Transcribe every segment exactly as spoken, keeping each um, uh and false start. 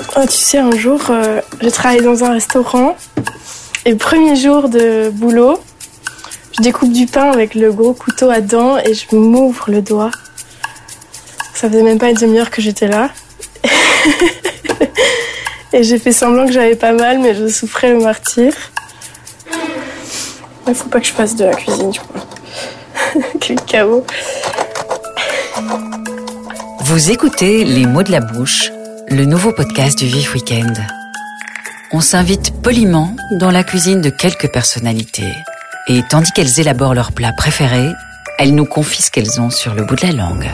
Oh, tu sais, un jour, euh, je travaillais dans un restaurant et premier jour de boulot, je découpe du pain avec le gros couteau à dents et je m'ouvre le doigt. Ça faisait même pas une demi-heure que j'étais là. Et j'ai fait semblant que j'avais pas mal, mais je souffrais le martyre. Il faut pas que je fasse de la cuisine, tu vois. Quel chaos. Vous écoutez Les mots de la bouche, le nouveau podcast du Vif Week-end. On s'invite poliment dans la cuisine de quelques personnalités. Et tandis qu'elles élaborent leurs plats préférés, elles nous confient ce qu'elles ont sur le bout de la langue.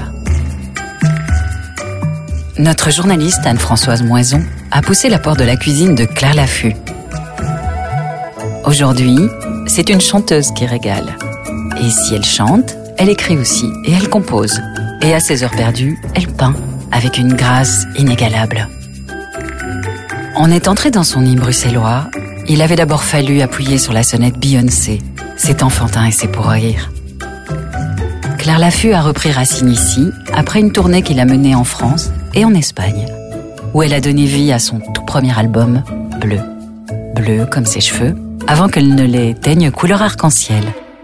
Notre journaliste Anne-Françoise Moison a poussé la porte de la cuisine de Claire Laffut. Aujourd'hui, c'est une chanteuse qui régale. Et si elle chante, elle écrit aussi et elle compose. Et à ses heures perdues, elle peint avec une grâce inégalable. On est entré dans son nid bruxellois. Il avait d'abord fallu appuyer sur la sonnette Beyoncé. C'est enfantin et c'est pour rire. Claire Laffut a repris racine ici, après une tournée qu'il a menée en France et en Espagne, où elle a donné vie à son tout premier album, Bleu. Bleu comme ses cheveux, avant qu'elle ne les teigne couleur arc-en-ciel.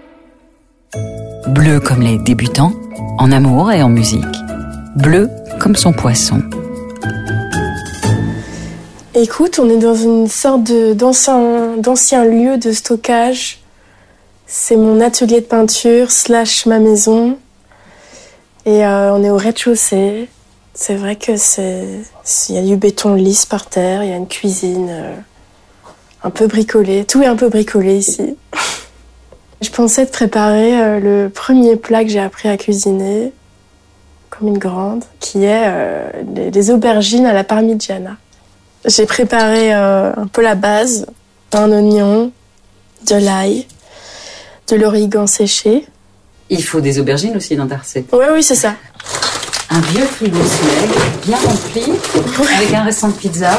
Bleu comme les débutants, en amour et en musique. Bleu comme son poisson. Écoute, on est dans une sorte de, d'ancien, d'ancien lieu de stockage. C'est mon atelier de peinture slash ma maison. Et euh, on est au rez-de-chaussée. C'est vrai que c'est... Il y a du béton lisse par terre, il y a une cuisine euh, un peu bricolée. Tout est un peu bricolé ici. Je pensais te préparer euh, le premier plat que j'ai appris à cuisiner, comme une grande, qui est euh, les, les aubergines à la parmigiana. J'ai préparé euh, un peu la base, un oignon, de l'ail, de l'origan séché. Il faut des aubergines aussi dans ta recette. Oui, oui, c'est ça. Un vieux frigo Suède, bien rempli, ouais. Avec un restant de pizza.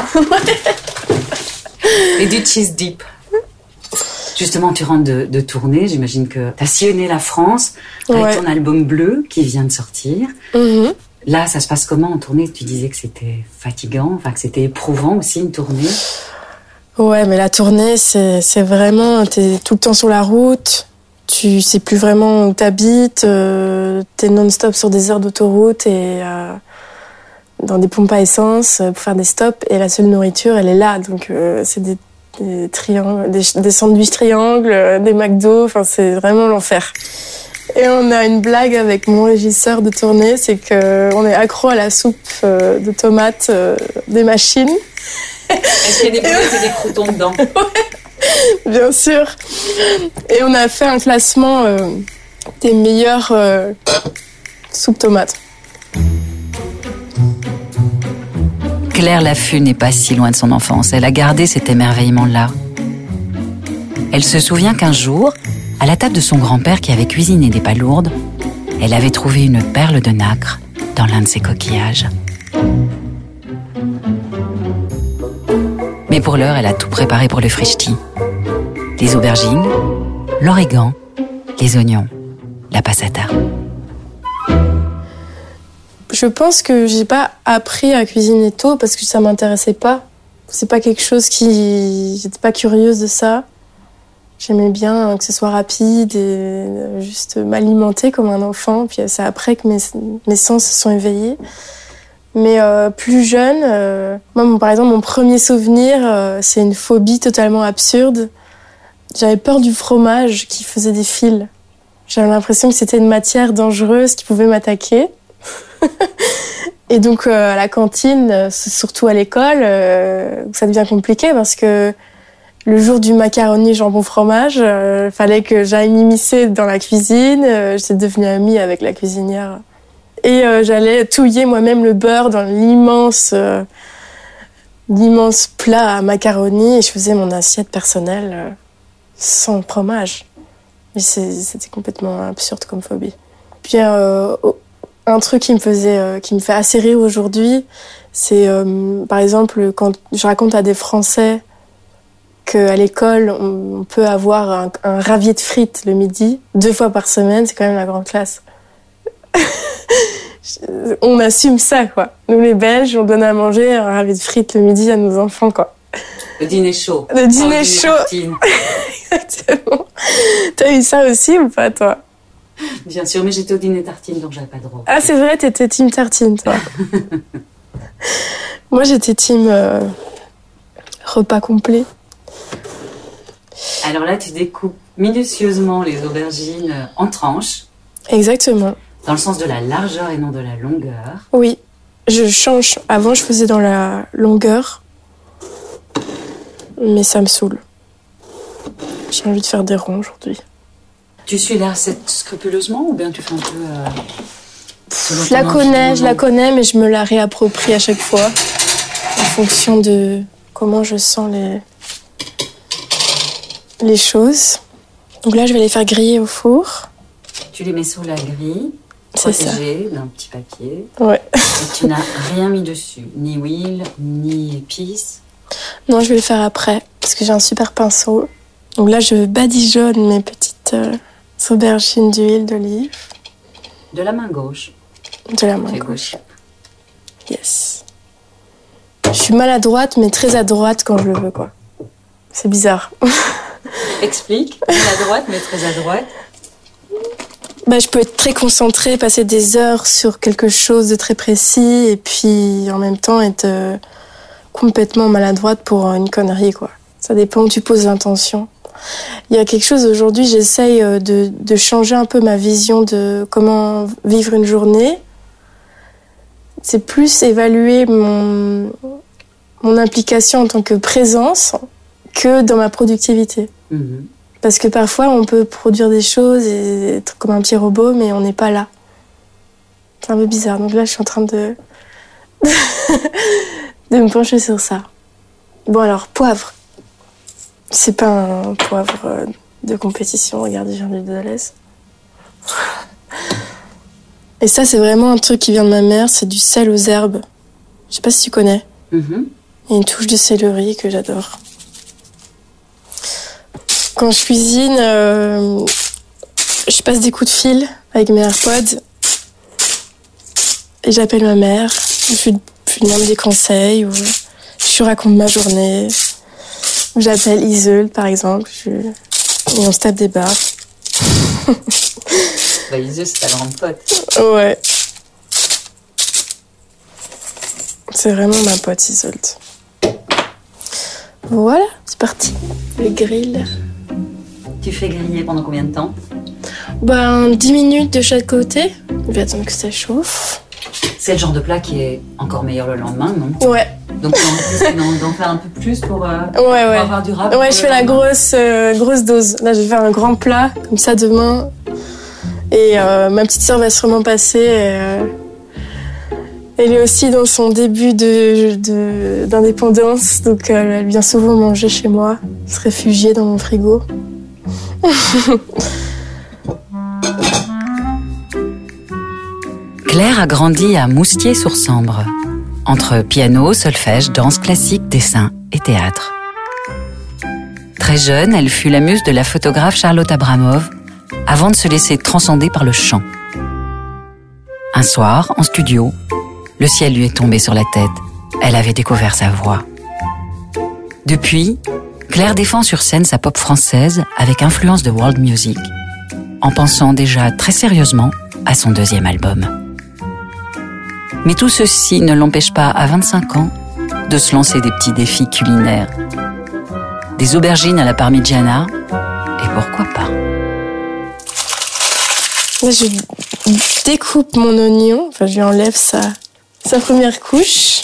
Et du cheese dip. Justement, tu rentres de, de tournée, j'imagine que tu as sillonné la France avec ouais. ton album Bleu qui vient de sortir. Mm-hmm. Là, ça se passe comment en tournée? Tu disais que c'était fatigant, enfin que c'était éprouvant aussi une tournée. Ouais, mais la tournée, c'est, c'est vraiment... T'es tout le temps sur la route, tu sais plus vraiment où t'habites, euh, t'es non-stop sur des heures d'autoroute et euh, dans des pompes à essence pour faire des stops. Et la seule nourriture, elle est là. Donc, euh, c'est des, des triangles, des, des sandwichs triangles, des McDo, enfin, c'est vraiment l'enfer. Et on a une blague avec mon régisseur de tournée, c'est qu'on est accro à la soupe de tomates des machines. Est-ce qu'il y a des boulettes et des croutons dedans? Ouais, bien sûr. Et on a fait un classement euh, des meilleures euh, soupes tomates. Claire Laffut n'est pas si loin de son enfance. Elle a gardé cet émerveillement-là. Elle se souvient qu'un jour, à la table de son grand-père qui avait cuisiné des palourdes, elle avait trouvé une perle de nacre dans l'un de ses coquillages. Mais pour l'heure, elle a tout préparé pour le frichti. Les aubergines, l'origan, les oignons, la passata. Je pense que j'ai pas appris à cuisiner tôt parce que ça m'intéressait pas. C'est pas quelque chose qui... J'étais pas curieuse de ça. J'aimais bien que ce soit rapide et juste m'alimenter comme un enfant. Puis c'est après que mes, mes sens se sont éveillés. Mais euh, plus jeune, euh, moi, mon, par exemple, mon premier souvenir, euh, c'est une phobie totalement absurde. J'avais peur du fromage qui faisait des fils. J'avais l'impression que c'était une matière dangereuse qui pouvait m'attaquer. Et donc, euh, à la cantine, surtout à l'école, euh, ça devient compliqué parce que le jour du macaroni jambon fromage, euh, fallait que j'aille m'immiscer dans la cuisine. Euh, j'étais devenue amie avec la cuisinière. Et euh, j'allais touiller moi-même le beurre dans l'immense, euh, l'immense plat à macaroni et je faisais mon assiette personnelle euh, sans fromage. Mais c'est, c'était complètement absurde comme phobie. Puis euh, un truc qui me faisait, euh, qui me fait assez rire aujourd'hui, c'est euh, par exemple quand je raconte à des Français qu'à l'école on peut avoir un, un ravier de frites le midi deux fois par semaine, c'est quand même la grande classe. on assume ça, quoi. Nous, les Belges, on donne à manger un ravi de frites le midi à nos enfants, quoi. Le dîner chaud. Le dîner chaud. Exactement. T'as eu ça aussi ou pas, toi? Bien sûr, mais j'étais au dîner tartine, donc j'avais pas droit. Ah, c'est vrai, t'étais team tartine, toi. Moi, j'étais team euh, repas complet. Alors là, tu découpes minutieusement les aubergines en tranches. Exactement. Dans le sens de la largeur et non de la longueur. Oui, je change. Avant, je faisais dans la longueur, mais ça me saoule. J'ai envie de faire des ronds aujourd'hui. Tu suis la recette scrupuleusement ou bien tu fais un peu... Euh, je la connais, je la connais, mais je me la réapproprie à chaque fois en fonction de comment je sens les, les choses. Donc là, je vais les faire griller au four. Tu les mets sur la grille, c'est ça, d'un petit papier. Ouais. Et tu n'as rien mis dessus, ni huile, ni épices. Non, je vais le faire après, parce que j'ai un super pinceau. Donc là, je badigeonne mes petites euh, aubergines d'huile d'olive. De la main gauche. De la main gauche. gauche. Yes. Je suis maladroite, mais très adroite quand je le veux, quoi. C'est bizarre. Explique. Maladroite, mais très adroite. Bah, je peux être très concentrée, passer des heures sur quelque chose de très précis, et puis en même temps être euh, complètement maladroite pour une connerie, quoi. Ça dépend où tu poses l'intention. Il y a quelque chose aujourd'hui, j'essaye de, de changer un peu ma vision de comment vivre une journée. C'est plus évaluer mon, mon implication en tant que présence que dans ma productivité. Mmh. Parce que parfois, on peut produire des choses et être comme un petit robot, mais on n'est pas là. C'est un peu bizarre. Donc là, je suis en train de, de me pencher sur ça. Bon, alors, poivre. C'est pas un poivre de compétition, regardez, j'ai un de l'aise. Et ça, c'est vraiment un truc qui vient de ma mère, c'est du sel aux herbes. Je sais pas si tu connais. Mm-hmm. Il y a une touche de céleri que j'adore. Quand je cuisine, euh, je passe des coups de fil avec mes AirPods et j'appelle ma mère, je lui, je lui demande des conseils ou je lui raconte ma journée. J'appelle Iseult, par exemple, je... et on se tape des barres. Bah, Iseult, c'est ta grande pote. Ouais. C'est vraiment ma pote, Iseult. Voilà, c'est parti. Le grill. Tu fais griller pendant combien de temps? Ben, dix minutes de chaque côté. Je vais attendre que ça chauffe. C'est le genre de plat qui est encore meilleur le lendemain, non? Ouais. Donc, tu as envie d'en faire un peu plus pour, euh, ouais, ouais. pour avoir du rap. Ouais, je fais la grosse, euh, grosse dose. Là, je vais faire un grand plat, comme ça, demain. Et euh, ma petite sœur va sûrement passer. Et, euh, elle est aussi dans son début de, de, d'indépendance. Donc, euh, elle vient souvent manger chez moi, se réfugier dans mon frigo. Claire a grandi à Moustier-sur-Sambre, entre piano, solfège, danse classique, dessin et théâtre. Très jeune, elle fut la muse de la photographe Charlotte Abramov, avant de se laisser transcender par le chant. Un soir, en studio, le ciel lui est tombé sur la tête. Elle avait découvert sa voix. Depuis, Claire défend sur scène sa pop française avec influence de world music, en pensant déjà très sérieusement à son deuxième album. Mais tout ceci ne l'empêche pas, à vingt-cinq ans, de se lancer des petits défis culinaires. Des aubergines à la parmigiana, et pourquoi pas. Là, je découpe mon oignon, enfin, je lui enlève sa, sa première couche.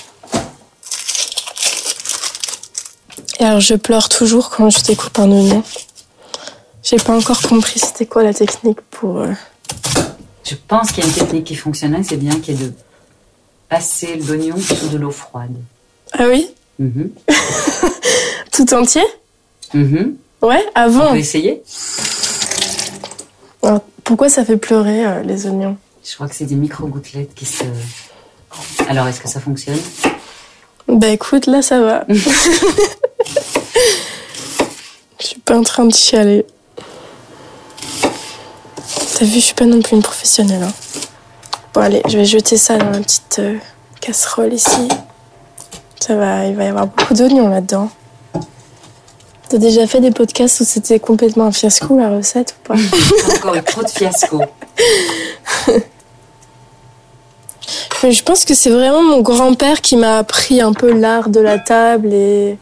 Et alors, je pleure toujours quand je découpe un oignon. J'ai pas encore compris c'était quoi la technique pour... Euh... Je pense qu'il y a une technique qui fonctionne, c'est bien qu'il y ait de passer l'oignon sous de l'eau froide. Ah oui? Mm-hmm. Tout entier? Mm-hmm. Ouais, avant. On peut essayer. Alors, pourquoi ça fait pleurer euh, les oignons? Je crois que c'est des micro-gouttelettes qui se... Alors, est-ce que ça fonctionne? Bah écoute, là ça va. Je suis pas en train de chialer. T'as vu, je suis pas non plus une professionnelle. Hein. Bon allez, je vais jeter ça dans la petite euh, casserole ici. Ça va, il va y avoir beaucoup d'oignons là-dedans. T'as déjà fait des podcasts où c'était complètement un fiasco la recette ou pas? Encore eu trop de fiasco. Je pense que c'est vraiment mon grand-père qui m'a appris un peu l'art de la table et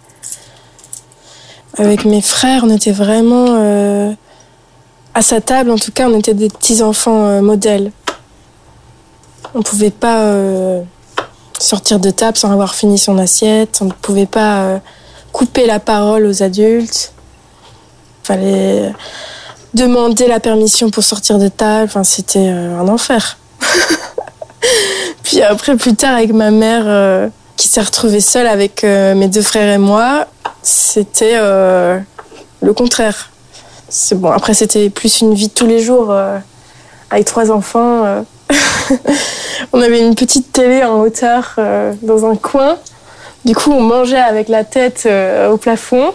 avec mes frères, on était vraiment euh... à sa table. En tout cas, on était des petits enfants euh, modèles. On pouvait pas euh, sortir de table sans avoir fini son assiette. On ne pouvait pas euh, couper la parole aux adultes. Il fallait demander la permission pour sortir de table. Enfin, c'était euh, un enfer. Puis après, plus tard, avec ma mère euh, qui s'est retrouvée seule avec euh, mes deux frères et moi, c'était euh, le contraire. C'est bon. Après, c'était plus une vie de tous les jours euh, avec trois enfants. Euh. On avait une petite télé en hauteur euh, dans un coin. Du coup, on mangeait avec la tête euh, au plafond.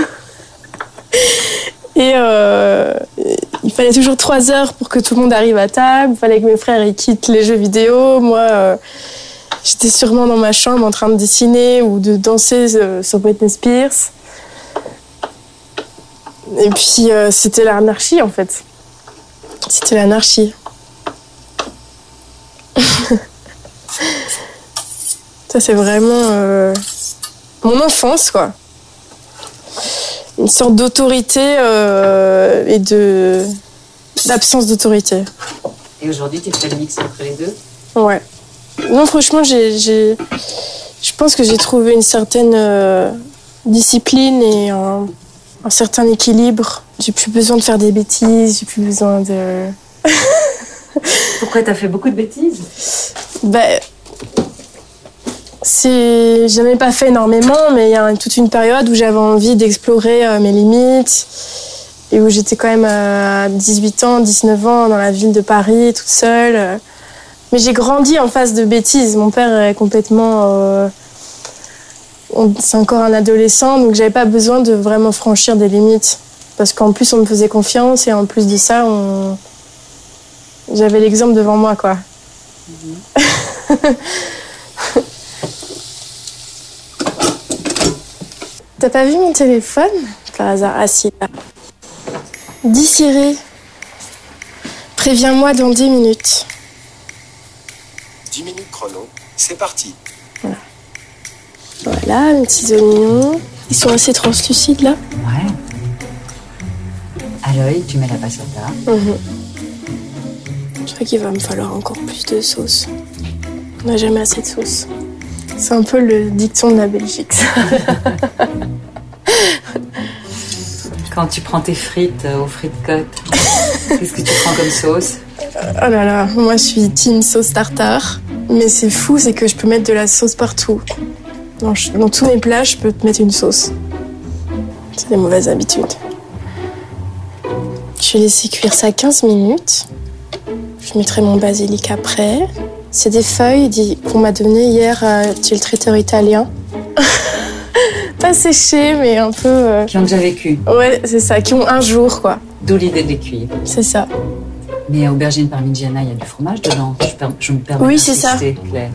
Et euh, il fallait toujours trois heures pour que tout le monde arrive à table. Il fallait que mes frères ils quittent les jeux vidéo. Moi, euh, j'étais sûrement dans ma chambre en train de dessiner ou de danser euh, sur Britney Spears. Et puis, euh, c'était l'anarchie, en fait. C'était l'anarchie. Ça, c'est vraiment euh, mon enfance, quoi. Une sorte d'autorité euh, et de d'absence d'autorité. Et aujourd'hui, tu fais le mix entre les deux? Ouais. Non, franchement, j'ai, j'ai, je pense que j'ai trouvé une certaine euh, discipline et un, un certain équilibre. J'ai plus besoin de faire des bêtises, j'ai plus besoin de... Pourquoi t'as fait beaucoup de bêtises? Ben, c'est... J'en ai pas fait énormément, mais il y a toute une période où j'avais envie d'explorer euh, mes limites et où j'étais quand même à dix-huit ans, dix-neuf ans dans la ville de Paris, toute seule. Mais j'ai grandi en face de bêtises. Mon père est complètement... Euh... C'est encore un adolescent, donc j'avais pas besoin de vraiment franchir des limites. Parce qu'en plus, on me faisait confiance et en plus de ça, on... j'avais l'exemple devant moi, quoi. Mmh. T'as pas vu mon téléphone, par hasard? Ah si, là. Dis Siri, préviens-moi dans dix minutes. dix minutes chrono, c'est parti. Voilà. Voilà, mes petits oignons. Ils sont assez translucides, là. Ouais. À l'œil, tu mets la passata. Mmh. Je crois qu'il va me falloir encore plus de sauce. On n'a jamais assez de sauce. C'est un peu le dicton de la Belgique, ça. Quand tu prends tes frites euh, aux frites côte, qu'est-ce que tu prends comme sauce? Oh là là, moi je suis team sauce tartare. Mais c'est fou, c'est que je peux mettre de la sauce partout. Dans, dans tous mes plats, je peux te mettre une sauce. C'est des mauvaises habitudes. Je vais laisser cuire ça quinze minutes. Je mettrai mon basilic après. C'est des feuilles qu'on m'a données hier chez le traiteur italien. Pas séchées, mais un peu... Euh... Qui ont déjà vécu. Ouais, c'est ça, qui ont un jour, quoi. D'où l'idée de les cuire. C'est ça. Mais aubergine parmigiana, il y a du fromage dedans. Je, per... je me permets oui, c'est ça. Claire.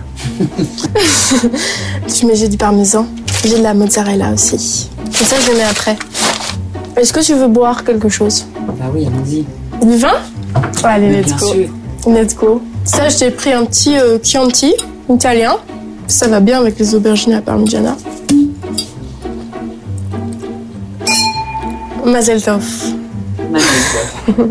Tu mets j'ai du parmesan. J'ai de la mozzarella aussi. Et ça, je le mets après. Est-ce que tu veux boire quelque chose? Bah oui, allons-y. Du vin? Allez, mais let's bien go. Sûr. Let's go. Ça, je t'ai pris un petit euh, Chianti italien. Ça va bien avec les aubergines à parmigiana. Mazel tov. Mazel tov.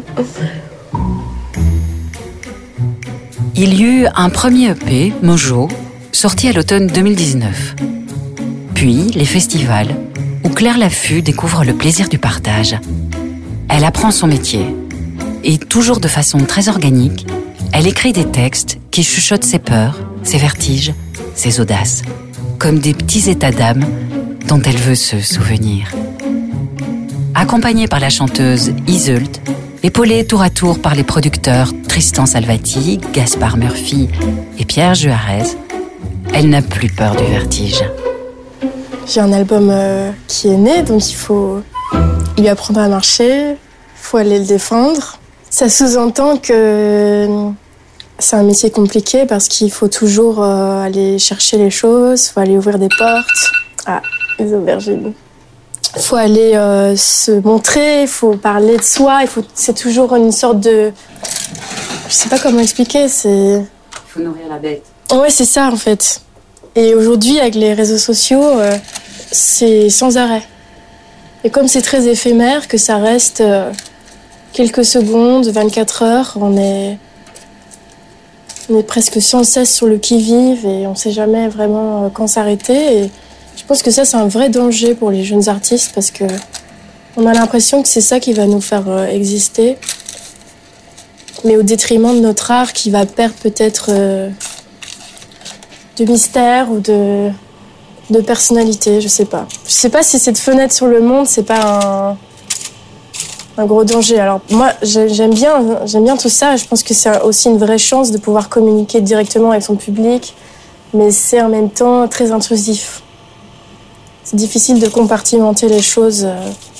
Il y eut un premier E P, Mojo, sorti à l'automne deux mille dix-neuf. Puis les festivals, où Claire Laffut découvre le plaisir du partage. Elle apprend son métier. Et toujours de façon très organique, elle écrit des textes qui chuchotent ses peurs, ses vertiges, ses audaces, comme des petits états d'âme dont elle veut se souvenir. Accompagnée par la chanteuse Iseult, épaulée tour à tour par les producteurs Tristan Salvati, Gaspard Murphy et Pierre Juarez, elle n'a plus peur du vertige. J'ai un album euh, qui est né, donc il faut lui apprendre à marcher, il faut aller le défendre. Ça sous-entend que C'est un métier compliqué parce qu'il faut toujours euh, aller chercher les choses, il faut aller ouvrir des portes. Ah, les aubergines. Il faut aller euh, se montrer, il faut parler de soi, il faut... c'est toujours une sorte de... Je sais pas comment expliquer, c'est... Il faut nourrir la bête. Ouais, c'est ça en fait. Et aujourd'hui, avec les réseaux sociaux, euh, c'est sans arrêt. Et comme c'est très éphémère, que ça reste euh, quelques secondes, vingt-quatre heures, on est... on est presque sans cesse sur le qui-vive et on sait jamais vraiment euh, quand s'arrêter. Et je pense que ça, c'est un vrai danger pour les jeunes artistes parce que on a l'impression que c'est ça qui va nous faire euh, exister, mais au détriment de notre art qui va perdre peut-être euh, de mystère ou de, de personnalité, je sais pas. Je sais pas si cette fenêtre sur le monde, c'est pas un, un gros danger. Alors moi, j'aime bien, j'aime bien tout ça. Je pense que c'est aussi une vraie chance de pouvoir communiquer directement avec son public, mais c'est en même temps très intrusif. C'est difficile de compartimenter les choses.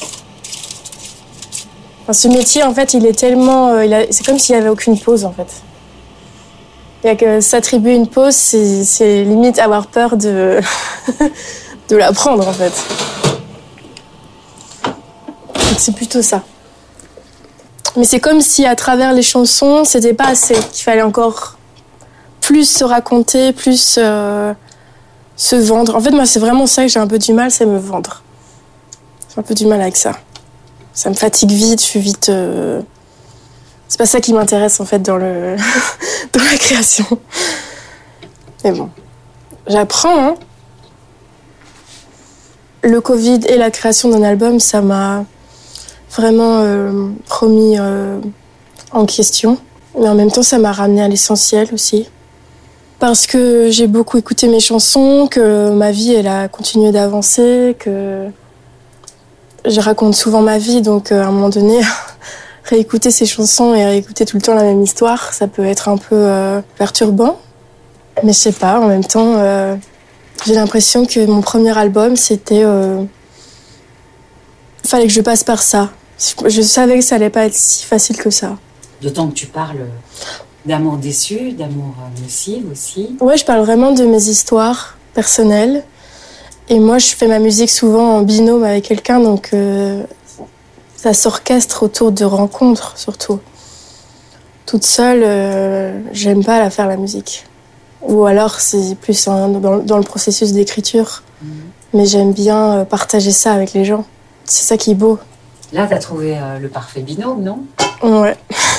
Enfin, ce métier, en fait, il est tellement... Euh, il a, c'est comme s'il n'y avait aucune pause, en fait. Il y a que s'attribuer une pause, c'est, c'est limite avoir peur de, de la prendre, en fait. Donc, c'est plutôt ça. Mais c'est comme si, à travers les chansons, c'était pas assez. Qu'il fallait encore plus se raconter, plus... Euh, se vendre. En fait, moi, c'est vraiment ça que j'ai un peu du mal, c'est me vendre. J'ai un peu du mal avec ça. Ça me fatigue vite, je suis vite... Euh... C'est pas ça qui m'intéresse, en fait, dans, le... dans la création. Mais bon, j'apprends, hein. Le Covid et la création d'un album, ça m'a vraiment euh, remis euh, en question. Mais en même temps, ça m'a ramené à l'essentiel aussi. Parce que j'ai beaucoup écouté mes chansons, que ma vie, elle a continué d'avancer, que je raconte souvent ma vie, donc à un moment donné, réécouter ces chansons et réécouter tout le temps la même histoire, ça peut être un peu euh, perturbant. Mais je sais pas, en même temps, euh, j'ai l'impression que mon premier album, c'était... Euh... Il fallait que je passe par ça. Je savais que ça allait pas être si facile que ça. D'autant que tu parles... d'amour déçu, d'amour nocif aussi. Ouais, je parle vraiment de mes histoires personnelles. Et moi, je fais ma musique souvent en binôme avec quelqu'un, donc euh, ça s'orchestre autour de rencontres, surtout. Toute seule, euh, j'aime pas la faire, la musique. Ou alors, c'est plus un, dans, dans le processus d'écriture. Mmh. Mais j'aime bien partager ça avec les gens. C'est ça qui est beau. Là, t'as trouvé euh, le parfait binôme, non? Ouais.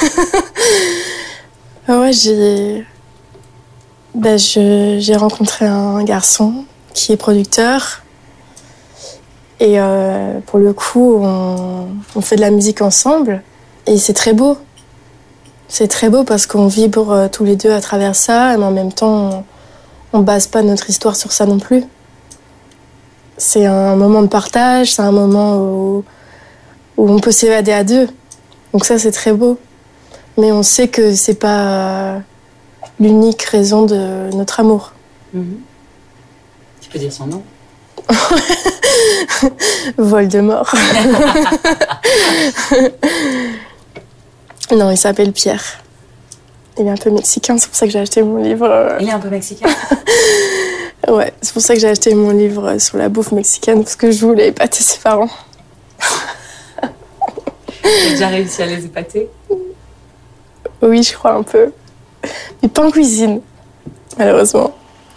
Ouais, j'ai... Ben, je... j'ai rencontré un garçon qui est producteur. Et euh, pour le coup, on... on fait de la musique ensemble. Et c'est très beau. C'est très beau parce qu'on vibre tous les deux à travers ça. Mais en même temps, on ne base pas notre histoire sur ça non plus. C'est un moment de partage, c'est un moment où, où on peut s'évader à deux. Donc ça, c'est très beau. Mais on sait que c'est pas l'unique raison de notre amour. Mmh. Tu peux dire son nom? Voldemort. Non, il s'appelle Pierre. Il est un peu mexicain, c'est pour ça que j'ai acheté mon livre. Il est un peu mexicain? Ouais, c'est pour ça que j'ai acheté mon livre sur la bouffe mexicaine, parce que je voulais épater ses parents. T'as déjà réussi à les épater? Oui, je crois un peu. Mais pas en cuisine, malheureusement.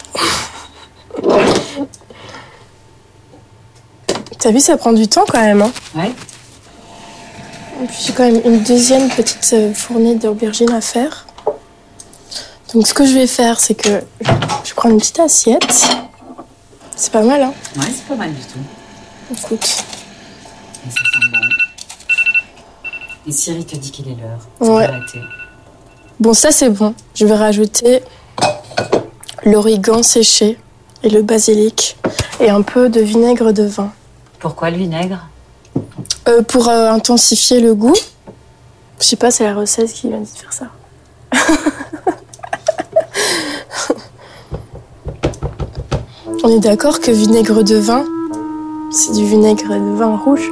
T'as vu, ça prend du temps quand même, hein? Ouais. Et puis j'ai quand même une deuxième petite fournée d'aubergines à faire. Donc ce que je vais faire, c'est que je vais prendre une petite assiette. C'est pas mal, hein? Ouais, c'est pas mal du tout. Écoute. Et ça sent bon. Et Siri te dit qu'il est l'heure. Ouais. Bon, ça c'est bon. Je vais rajouter l'origan séché et le basilic et un peu de vinaigre de vin. Pourquoi le vinaigre? euh, Pour euh, intensifier le goût. Je sais pas, c'est la recette qui m'a dit de faire ça. On est d'accord que vinaigre de vin, c'est du vinaigre de vin rouge.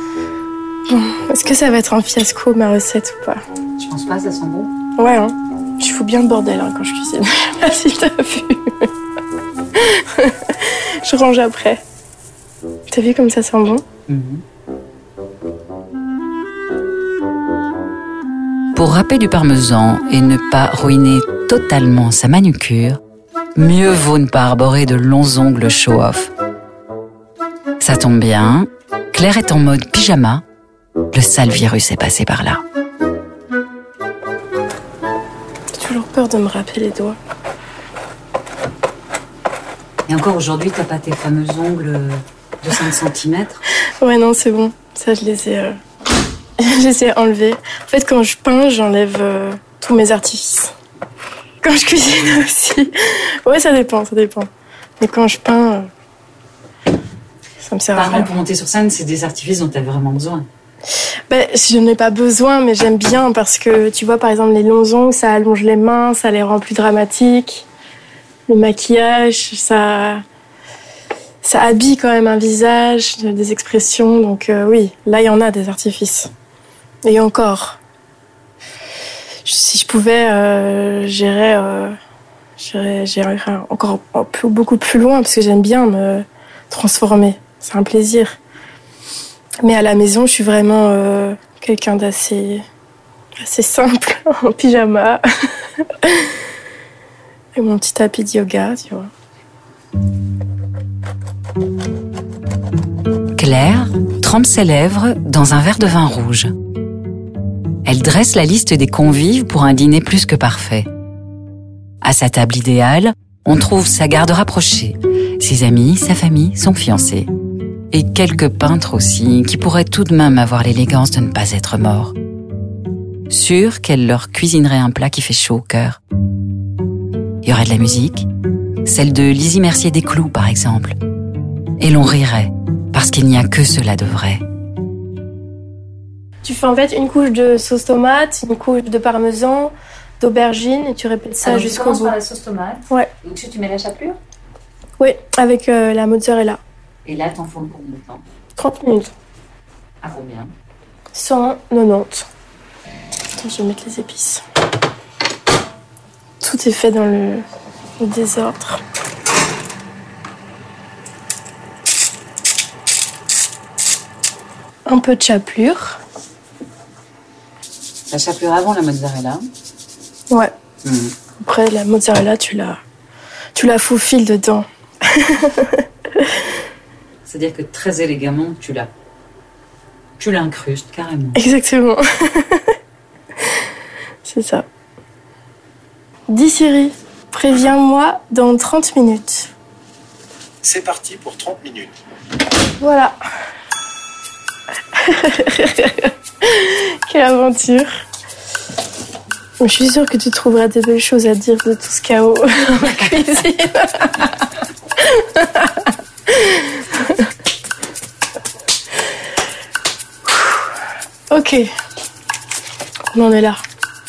Bon, est-ce que ça va être un fiasco, ma recette, ou pas? Je pense pas, ça sent bon. Ouais, hein. Je fous bien le bordel hein, quand je cuisine. Je sais pas si t'as vu. Je range après. T'as vu comme ça sent bon? Mmh. Pour râper du parmesan et ne pas ruiner totalement sa manucure, mieux vaut ne pas arborer de longs ongles show-off. Ça tombe bien, Claire est en mode pyjama. Le sale virus est passé par là. J'ai toujours peur de me râper les doigts. Et encore aujourd'hui, t'as pas tes fameux ongles de cinq centimètres? Ouais, non, c'est bon. Ça, je les ai, euh... je les ai enlevés. En fait, quand je peins, j'enlève euh, tous mes artifices. Quand je cuisine aussi. Ouais, ça dépend, ça dépend. Mais quand je peins, euh... ça me sert à rien. Par contre, pour monter sur scène, c'est des artifices dont t'as vraiment besoin. Ben, je n'en ai pas besoin, mais j'aime bien parce que, tu vois, par exemple, les longs ongles, ça allonge les mains, ça les rend plus dramatiques. Le maquillage, ça, ça habille quand même un visage, des expressions. Donc euh, oui, là, il y en a des artifices. Et encore, si je pouvais, euh, j'irais, euh, j'irais, j'irais encore plus, beaucoup plus loin parce que j'aime bien me transformer. C'est un plaisir. Mais à la maison, je suis vraiment euh, quelqu'un d'assez, assez simple, en pyjama. Et mon petit tapis de yoga, tu vois. Claire trempe ses lèvres dans un verre de vin rouge. Elle dresse la liste des convives pour un dîner plus que parfait. À sa table idéale, on trouve sa garde rapprochée, ses amis, sa famille, son fiancé. Et quelques peintres aussi, qui pourraient tout de même avoir l'élégance de ne pas être morts. Sûre qu'elle leur cuisinerait un plat qui fait chaud au cœur. Il y aurait de la musique, celle de Lizzie Mercier des Clous par exemple. Et l'on rirait, parce qu'il n'y a que cela de vrai. Tu fais en fait une couche de sauce tomate, une couche de parmesan, d'aubergine, et tu répètes ça Alors, jusqu'au bout. Tu commences par la sauce tomate, ouais. Et au-dessus tu mets la chapelure? Oui, avec euh, la mozzarella. Et là t'en fous combien de temps? trente minutes. À combien? cent quatre-vingt-dix. Attends, je vais mettre les épices. Tout est fait dans le, le désordre. Un peu de chapelure. La chapelure avant la mozzarella? Ouais. Mmh. Après, la mozzarella, tu la, tu la faufiles dedans. C'est-à-dire que très élégamment, tu la, tu l'incrustes carrément. Exactement. C'est ça. Dis Siri, préviens-moi dans trente minutes. C'est parti pour trente minutes. Voilà. Quelle aventure. Je suis sûre que tu trouveras des belles choses à dire de tout ce chaos dans ma cuisine. Ok. On en est là.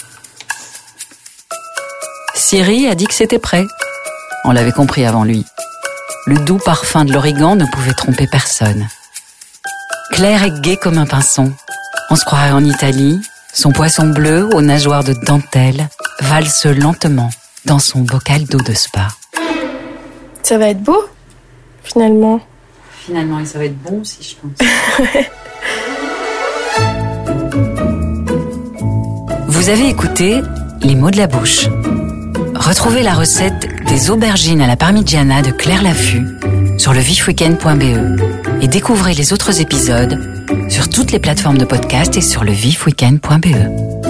Siri a dit que c'était prêt. On l'avait compris avant lui. Le doux parfum de l'origan ne pouvait tromper personne. Claire est gaie comme un pinson. On se croirait en Italie. Son poisson bleu aux nageoires de dentelle valse lentement dans son bocal d'eau de spa. Ça va être beau, finalement. Finalement, et ça va être bon aussi, je pense. Vous avez écouté Les mots de la bouche. Retrouvez la recette des aubergines à la parmigiana de Claire Laffut sur le vif weekend point b e et découvrez les autres épisodes sur toutes les plateformes de podcast et sur le vif weekend point b e.